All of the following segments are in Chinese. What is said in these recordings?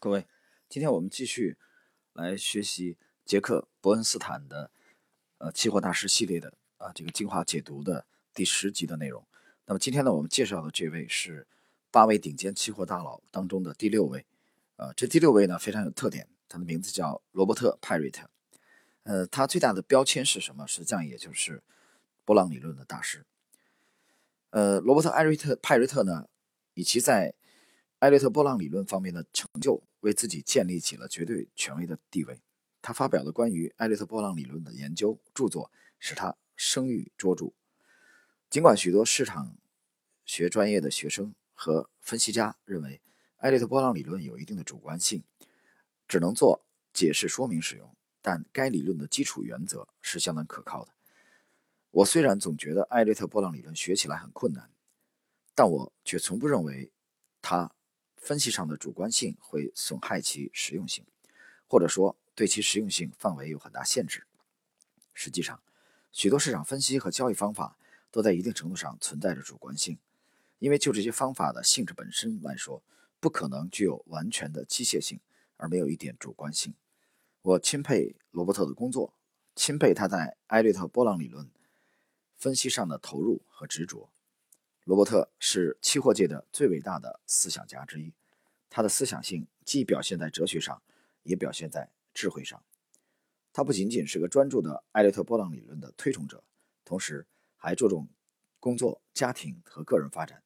各位，今天我们继续来学习杰克·伯恩斯坦的期货大师系列的这个精华解读的第10集的内容。那么今天呢，我们介绍的这位是8位顶尖期货大佬当中的第6位。这第6位呢非常有特点，他的名字叫罗伯特·派瑞特。他最大的标签是什么？实际上也就是波浪理论的大师。罗伯特·派瑞特呢，以其在艾略特波浪理论方面的成就，为自己建立起了绝对权威的地位。他发表了关于艾略特波浪理论的研究著作，使他声誉卓著。尽管许多市场学专业的学生和分析家认为艾略特波浪理论有一定的主观性，只能做解释说明使用，但该理论的基础原则是相当可靠的。我虽然总觉得艾略特波浪理论学起来很困难，但我却从不认为它分析上的主观性会损害其实用性，或者说对其实用性范围有很大限制。实际上，许多市场分析和交易方法都在一定程度上存在着主观性，因为就这些方法的性质本身来说，不可能具有完全的机械性而没有一点主观性。我钦佩罗伯特的工作，钦佩他在艾略特波浪理论分析上的投入和执着。罗伯特是期货界的最伟大的思想家之一，他的思想性既表现在哲学上，也表现在智慧上。他不仅仅是个专注的艾略特波浪理论的推崇者，同时还注重工作、家庭和个人发展。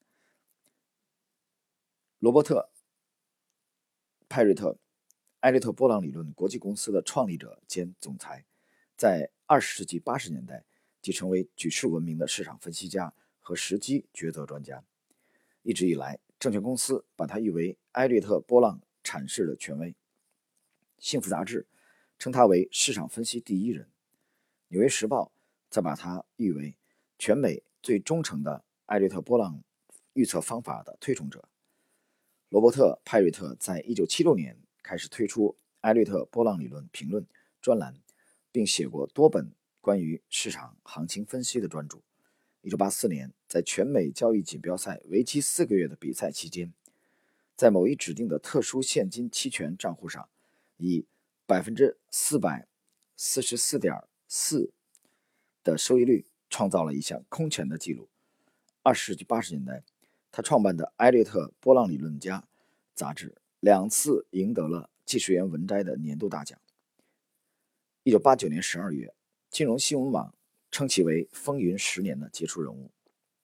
罗伯特·派瑞特，艾略特波浪理论国际公司的创立者兼总裁，在20世纪80年代即成为举世闻名的市场分析家和时机抉择专家。一直以来，证券公司把他誉为艾略特波浪阐释的权威。幸福杂志称他为市场分析第一人。纽约时报则把他誉为全美最忠诚的艾略特波浪预测方法的推崇者。罗伯特·派瑞特在1976年开始推出艾略特波浪理论评论专栏，并写过多本关于市场行情分析的专著。1984年，在全美交易锦标赛为期4个月的比赛期间，在某一指定的特殊现金期权账户上，以444.4%的收益率创造了一项空前的纪录。20世纪80年代，他创办的艾略特波浪理论家杂志2次赢得了技术员文摘的年度大奖。1989年12月，金融新闻网称其为风云10年的杰出人物。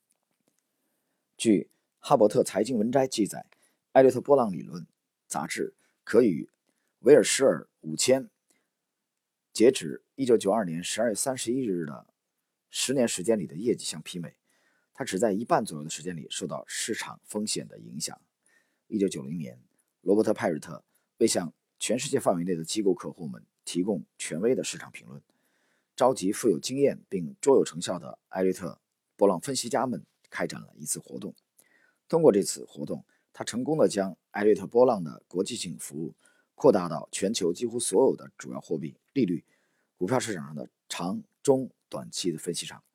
据哈伯特财经文摘记载，艾略特波浪理论杂志可与维尔施尔5000截止1992年12月31日的10年时间里的业绩相媲美。他只在一半左右的时间里受到市场风险的影响。1990年，罗伯特·派瑞特为向全世界范围内的机构客户们提供权威的市场评论，召集富有经验并卓有成效的艾略特波浪分析家们开展了一次活动。通过这次活动，他成功地将艾略特波浪的国际性服务扩大到全球几乎所有的主要货币、利率、股票市场上的长、中、短期的分析上。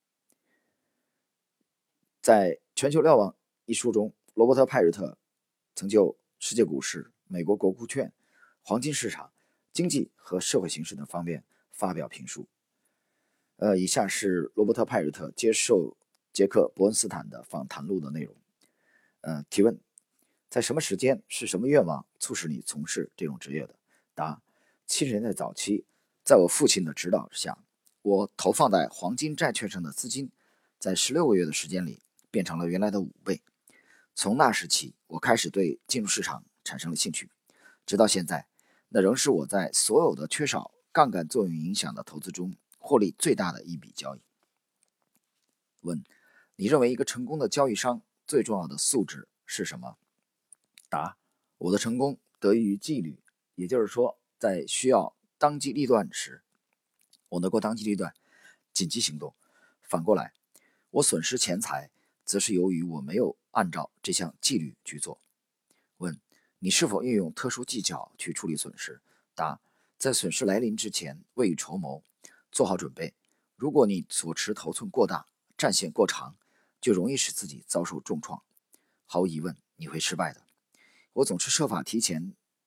在《全球瞭望》一书中，罗伯特·派瑞特曾就世界股市、美国国库券、黄金市场、经济和社会形势等方面发表评述。以下是罗伯特·派瑞特接受杰克·伯恩斯坦的访谈录的内容。提问：在什么时间是什么愿望促使你从事这种职业的？答：70年代早期，在我父亲的指导下，我投放在黄金债券上的资金，在16个月的时间里变成了原来的5倍。从那时起，我开始对进入市场产生了兴趣，直到现在，那仍是我在所有的缺少杠杆作用影响的投资中获利最大的一笔交易。问：你认为一个成功的交易商最重要的素质是什么？答：我的成功得益于纪律，也就是说，在需要当机立断时，我能够当机立断，紧急行动。反过来，我损失钱财，则是由于我没有按照这项纪律去做。问：你是否运用特殊技巧去处理损失？答：在损失来临之前，未雨绸缪，做好准备。如果你所持头寸过大，战线过长，就容易使自己遭受重创。毫无疑问，你会失败的。我总是设法提前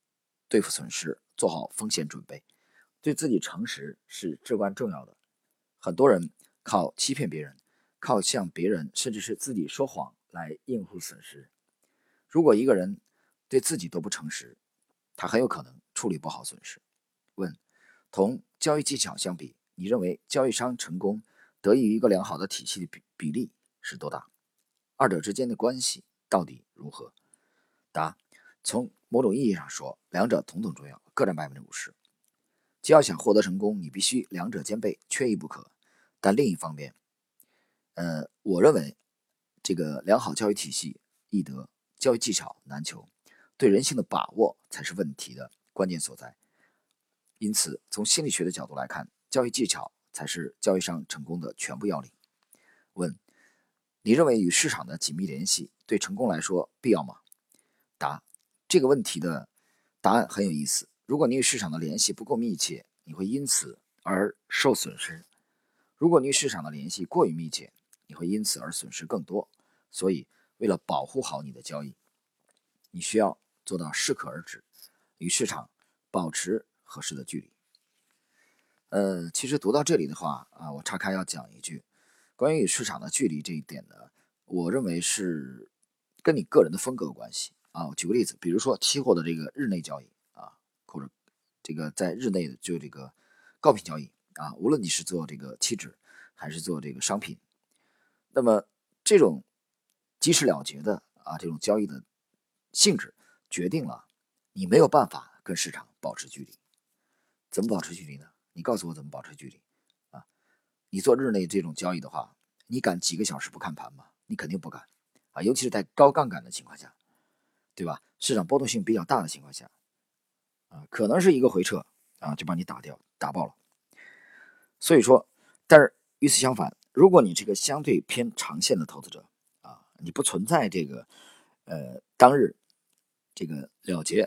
对付损失做好风险准备，对自己诚实是至关重要的。很多人靠欺骗别人，靠向别人甚至是自己说谎来应付损失。如果一个人对自己都不诚实，他很有可能处理不好损失。问：同交易技巧相比，你认为交易商成功得益于一个良好的体系的比例是多大？二者之间的关系到底如何？答：从某种意义上说，两者同等重要，各占50%。既要想获得成功，你必须两者兼备，缺一不可。但另一方面，我认为这个良好交易体系易得，交易技巧难求，对人性的把握才是问题的关键所在。因此，从心理学的角度来看，交易技巧才是交易商成功的全部要领。问：你认为与市场的紧密联系对成功来说必要吗？答：这个问题的答案很有意思。如果你与市场的联系不够密切，你会因此而受损失；如果你与市场的联系过于密切，你会因此而损失更多。所以，为了保护好你的交易，你需要做到适可而止，与市场保持合适的距离。其实读到这里的话啊，我岔开要讲一句，关于与市场的距离这一点呢，我认为是跟你个人的风格有关系啊。我举个例子，比如说期货的这个日内交易啊，或者这个在日内的就这个高频交易啊，无论你是做这个期指还是做这个商品，那么这种及时了结的啊这种交易的性质，决定了你没有办法跟市场保持距离。怎么保持距离呢？你告诉我怎么保持距离啊？你做日内这种交易的话，你敢几个小时不看盘吗？你肯定不敢啊，尤其是在高杠杆的情况下，对吧？市场波动性比较大的情况下啊，可能是一个回撤啊，就把你打爆了。所以说，但是与此相反，如果你这个相对偏长线的投资者啊，你不存在这个当日这个了结，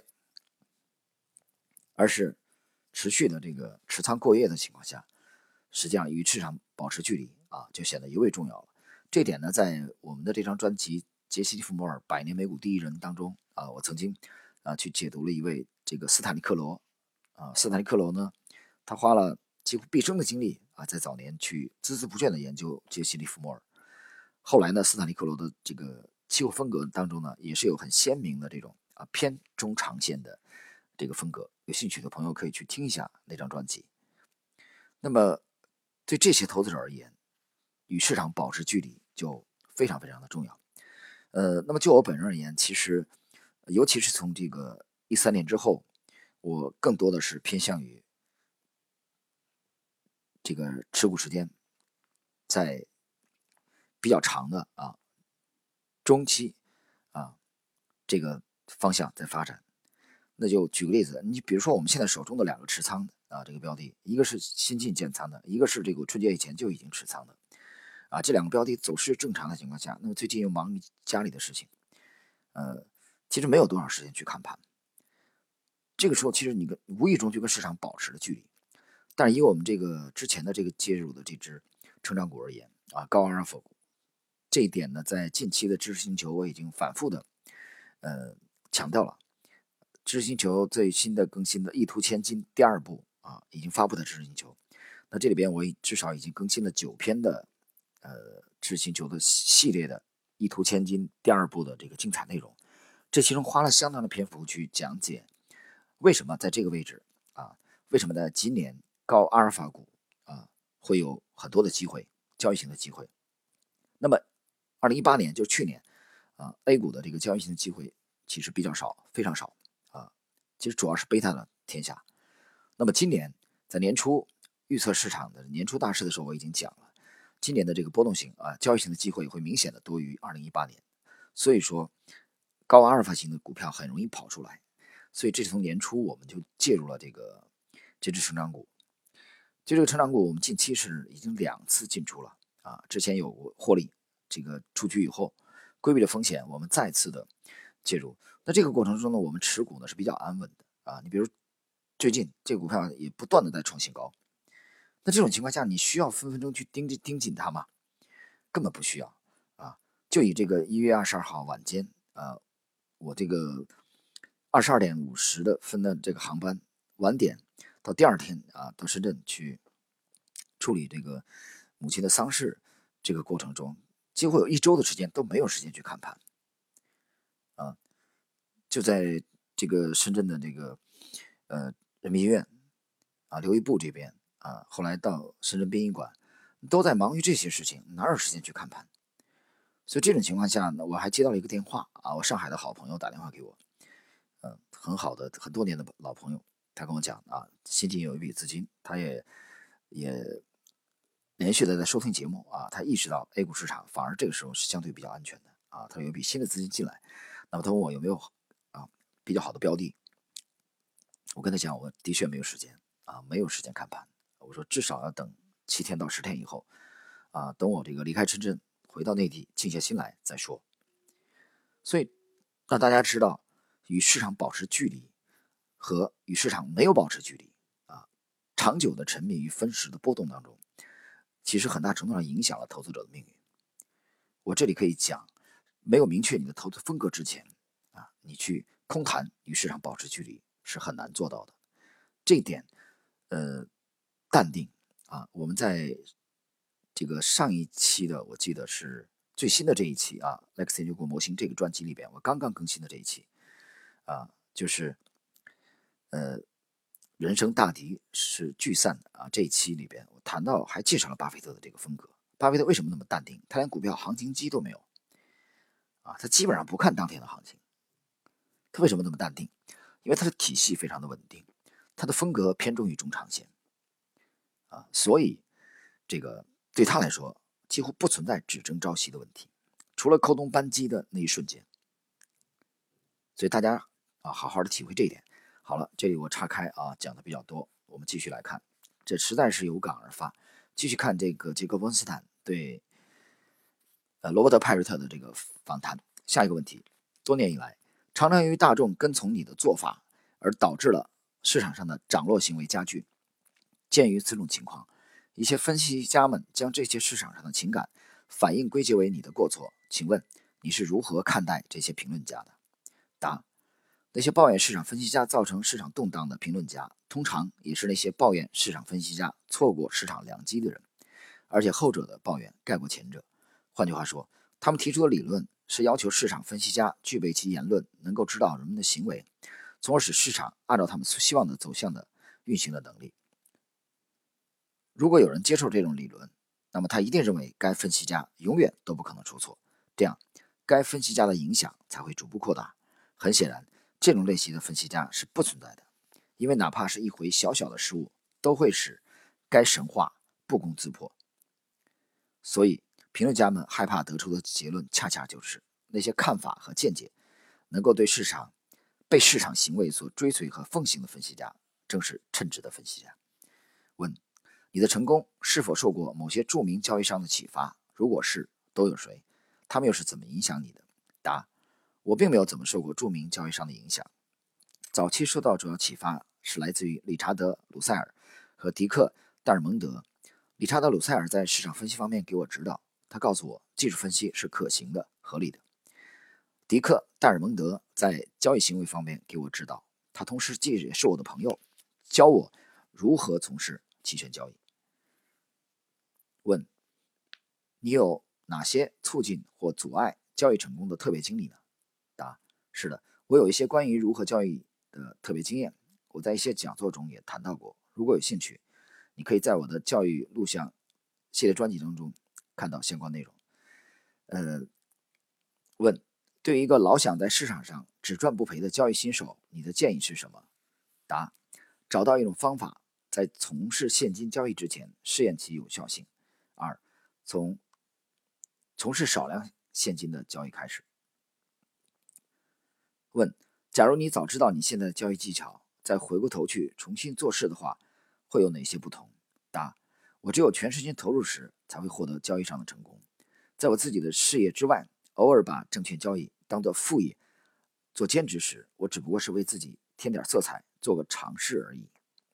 而是持续的这个持仓过夜的情况下，实际上与市场保持距离啊，就显得尤为重要了。这点呢，在我们的这张专辑《杰西·利弗莫尔百年美股第一人》当中啊，我曾经去解读了一位这个斯坦利·克罗啊，斯坦利·克罗呢，他花了几乎毕生的精力啊，在早年去孜孜不倦的研究杰西·利弗莫尔。后来呢，斯坦利·克罗的这个期货风格当中呢，也是有很鲜明的这种偏中长线的这个风格。有兴趣的朋友可以去听一下那张专辑。那么，对这些投资者而言，与市场保持距离就非常非常的重要。那么就我本人而言，其实，尤其是从这个13年之后，我更多的是偏向于这个持股时间在比较长的中期啊这个方向在发展。那就举个例子，你比如说我们现在手中的两个持仓的这个标的，一个是新进建仓的，一个是这个春节以前就已经持仓的这两个标的走势正常的情况下，那么最近又忙于家里的事情，其实没有多少时间去看盘。这个时候其实你无意中就跟市场保持了距离。但是以我们这个之前的这个介入的这只成长股而言高阿尔法股，这一点呢，在近期的知识星球我已经反复的强调了。知识星球最新的更新的意图千金第二部已经发布的知识星球，那这里边我至少已经更新了9篇的知识星球的系列的意图千金第二部的这个精彩内容，这其中花了相当的篇幅去讲解为什么在这个位置为什么在今年高阿尔法股会有很多的机会，交易型的机会。那么2018年就是去年A 股的这个交易型的机会其实比较少，非常少其实主要是贝塔的天下。那么今年在年初预测市场的年初大势的时候，我已经讲了，今年的这个波动性交易型的机会会明显的多于2018年，所以说高阿尔法型的股票很容易跑出来，所以这是从年初我们就介入了这只成长股。这个成长股我们近期是已经2次进出了之前有获利，这个出局以后规避了风险，我们再次的介入。那这个过程中呢，我们持股呢是比较安稳的你比如最近这个股票也不断的在创新高，那这种情况下你需要分分钟去盯紧它吗？根本不需要就以这个1月22号晚间我这个 22:50的分的这个航班晚点到第二天到深圳去处理这个母亲的丧事，这个过程中，几乎有1周的时间都没有时间去看盘啊。就在这个深圳的这个人民医院留医部这边后来到深圳殡仪馆，都在忙于这些事情，哪有时间去看盘？所以这种情况下呢，我还接到了一个电话我上海的好朋友打电话给我，很好的很多年的老朋友，他跟我讲新进有一笔资金，他也连续的在收听节目他意识到 A 股市场反而这个时候是相对比较安全的他有一笔新的资金进来，那么他问我有没有比较好的标的，我跟他讲我的确没有时间没有时间看盘，我说至少要等7天到10天以后等我这个离开深圳回到内地静下心来再说。所以让大家知道，与市场保持距离和与市场没有保持距离长久的沉迷于分时的波动当中，其实很大程度上影响了投资者的命运。我这里可以讲，没有明确你的投资风格之前你去空谈与市场保持距离是很难做到的。这一点淡定我们在这个上一期的，我记得是最新的这一期Lex 研究股模型这个专辑里边，我刚刚更新的这一期就是人生大敌是聚散的这一期里边我谈到还介绍了巴菲特的这个风格。巴菲特为什么那么淡定？他连股票行情机都没有他基本上不看当天的行情。他为什么那么淡定？因为他的体系非常的稳定，他的风格偏重于中长线所以这个对他来说几乎不存在只争朝夕的问题，除了扣动扳机的那一瞬间。所以大家好好的体会这一点。好了，这里我岔开讲的比较多，我们继续来看，这实在是有感而发。继续看这个杰克·温斯坦对罗伯特·派瑞特的这个访谈。下一个问题，多年以来，常常由于大众跟从你的做法，而导致了市场上的涨落行为加剧。鉴于此种情况，一些分析家们将这些市场上的情感反应归结为你的过错。请问你是如何看待这些评论家的？答：那些抱怨市场分析家造成市场动荡的评论家，通常也是那些抱怨市场分析家错过市场良机的人，而且后者的抱怨盖过前者。换句话说，他们提出的理论是要求市场分析家具备其言论能够指导人们的行为，从而使市场按照他们希望的走向的运行的能力。如果有人接受这种理论，那么他一定认为该分析家永远都不可能出错，这样该分析家的影响才会逐步扩大。很显然，这种类型的分析家是不存在的，因为哪怕是一回小小的失误，都会使该神话不攻自破。所以评论家们害怕得出的结论恰恰就是那些看法和见解能够对被市场行为所追随和奉行的分析家，正是称职的分析家。问：你的成功是否受过某些著名交易商的启发？如果是，都有谁？他们又是怎么影响你的？答：我并没有怎么受过著名交易商的影响。早期受到主要启发是来自于理查德·鲁塞尔和迪克·戴尔蒙德。理查德·鲁塞尔在市场分析方面给我指导，他告诉我技术分析是可行的、合理的。迪克·戴尔蒙德在交易行为方面给我指导，他同时也是我的朋友，教我如何从事期权交易。问：你有哪些促进或阻碍交易成功的特别经历呢？答：是的，我有一些关于如何交易的特别经验，我在一些讲座中也谈到过。如果有兴趣，你可以在我的教育录像系列专辑当中看到相关内容。问：对于一个老想在市场上只赚不赔的交易新手，你的建议是什么？答：找到一种方法，在从事现金交易之前试验其有效性。二，从事少量现金的交易开始。问：假如你早知道你现在的交易技巧，再回过头去重新做事的话，会有哪些不同？答：我只有全身心投入时，才会获得交易上的成功。在我自己的事业之外，偶尔把证券交易当作副业做兼职时，我只不过是为自己添点色彩，做个尝试而已。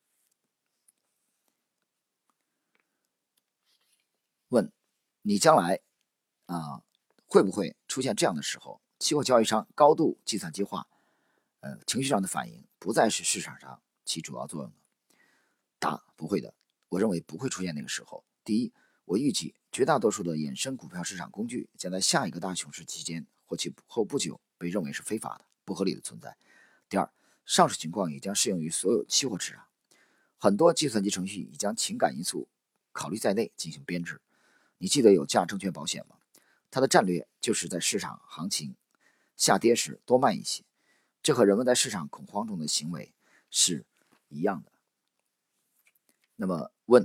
问：你将来会不会出现这样的时候？期货交易商高度计算机化， 情绪上的反应不再是市场上起主要作用了？答：不会的，我认为不会出现那个时候。第一，我预计绝大多数的衍生股票市场工具将在下一个大熊市期间或其后不久被认为是非法的、不合理的存在。第二，上述情况也将适用于所有期货市场。很多计算机程序已将情感因素考虑在内进行编制。你记得有价证券保险吗？它的战略就是在市场行情下跌时多卖一些，这和人们在市场恐慌中的行为是一样的。那么问，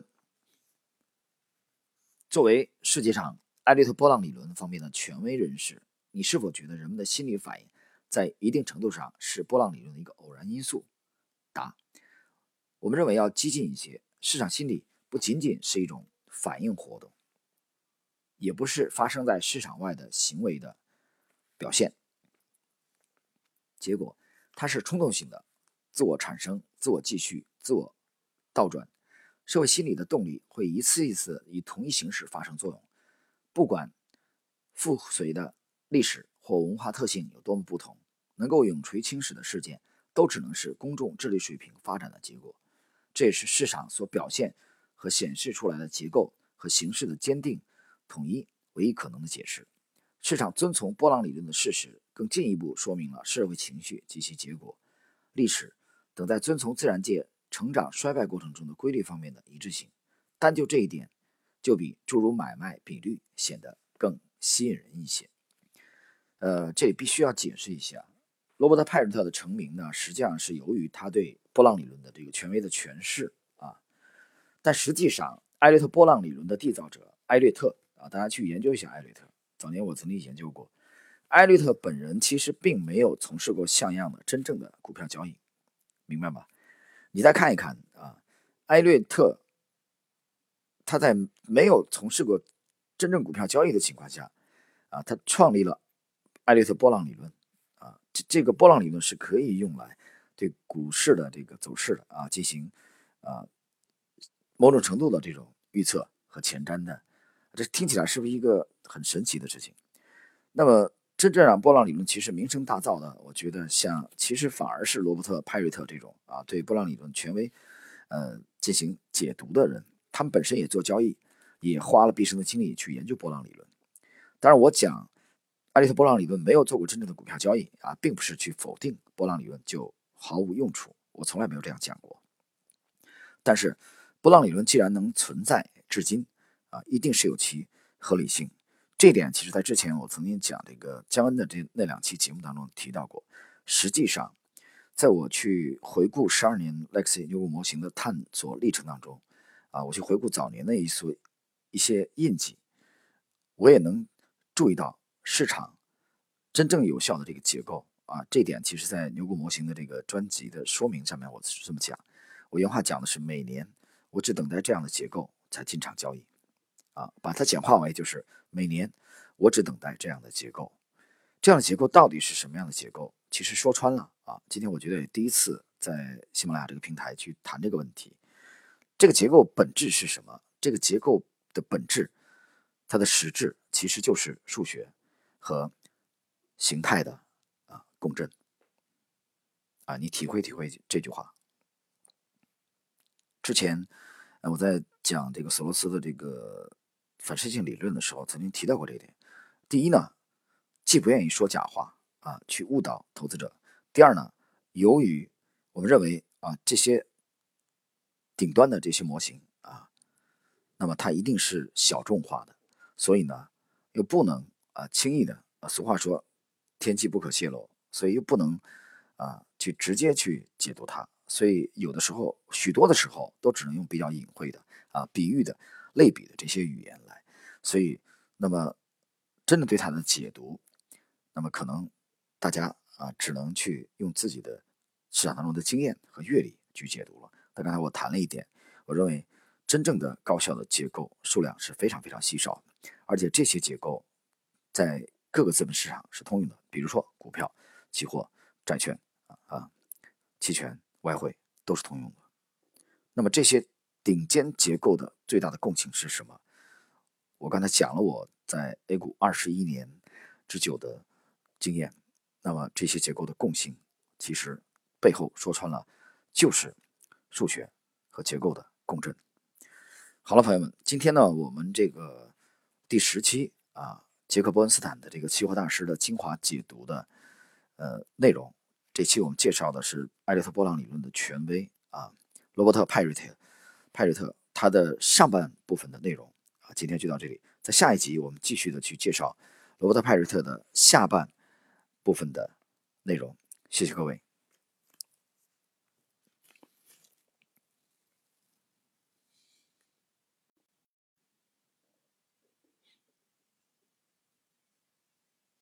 作为世界上艾略特波浪理论方面的权威人士，你是否觉得人们的心理反应在一定程度上是波浪理论的一个偶然因素？答：我们认为要激进一些，市场心理不仅仅是一种反应活动，也不是发生在市场外的行为的表现结果，它是冲动性的自我产生、自我继续、自我倒转。社会心理的动力会一次一次以同一形式发生作用，不管附随的历史或文化特性有多么不同，能够永垂青史的事件都只能是公众智力水平发展的结果。这也是市场所表现和显示出来的结构和形式的坚定统一唯一可能的解释。市场遵从波浪理论的事实，更进一步说明了社会情绪及其结果、历史等在遵从自然界成长衰败过程中的规律方面的一致性。单就这一点，就比诸如买卖比率显得更吸引人一些。这里必须要解释一下，罗伯特·派瑞特的成名呢，实际上是由于他对波浪理论的这个权威的诠释啊。但实际上，艾略特波浪理论的缔造者艾略特啊，大家去研究一下艾略特。早年我曾经研究过，艾略特本人其实并没有从事过像样的真正的股票交易，明白吗？你再看一看啊，艾略特他在没有从事过真正股票交易的情况下啊，他创立了艾略特波浪理论啊，这个波浪理论是可以用来对股市的这个走势的啊进行某种程度的这种预测和前瞻的。这听起来是不是一个很神奇的事情？那么真正让波浪理论其实名声大噪的，我觉得其实反而是罗伯特·派瑞特这种啊对波浪理论权威进行解读的人，他们本身也做交易，也花了毕生的精力去研究波浪理论。当然，我讲艾略特波浪理论没有做过真正的股票交易啊，并不是去否定波浪理论就毫无用处，我从来没有这样讲过。但是波浪理论既然能存在至今啊，一定是有其合理性。这一点其实在之前我曾经讲这个江恩的那2期节目当中提到过。实际上，在我去回顾12年 Lexi 牛股模型的探索历程当中啊，我去回顾早年的一些印记，我也能注意到市场真正有效的这个结构啊。这点其实在牛股模型的这个专辑的说明上面我是这么讲，我原话讲的是每年我只等待这样的结构才进场交易啊，把它简化为就是每年我只等待这样的结构。这样的结构到底是什么样的结构？其实说穿了啊，今天我觉得也第一次在喜马拉雅这个平台去谈这个问题。这个结构本质是什么？这个结构的本质，它的实质其实就是数学和形态的共振啊。你体会体会这句话。之前我在讲这个索罗斯的这个反射性理论的时候，曾经提到过这一点。第一呢，既不愿意说假话啊，去误导投资者；第二呢，由于我们认为啊，这些顶端的这些模型啊，那么它一定是小众化的，所以呢，又不能轻易的俗话说天机不可泄露，所以又不能去直接去解读它，所以有的时候许多的时候都只能用比较隐晦的比喻的类比的这些语言来，所以那么真的对它的解读，那么可能大家只能去用自己的市场当中的经验和阅历去解读了。但刚才我谈了一点，我认为真正的高效的结构数量是非常非常稀少的，而且这些结构在各个资本市场是通用的，比如说股票、期货、债券期权、外汇都是通用的。那么这些顶尖结构的最大的共性是什么？我刚才讲了我在 A 股21年之久的经验，那么这些结构的共性其实背后说穿了就是数学和结构的共振。好了，朋友们，今天呢，我们这个第10期杰克·伯恩斯坦的这个期货大师的精华解读的内容，这期我们介绍的是艾略特波浪理论的权威罗伯特·派瑞特他的上半部分的内容今天就到这里，在下一集我们继续的去介绍罗伯特·派瑞特的下半部分的内容。谢谢各位。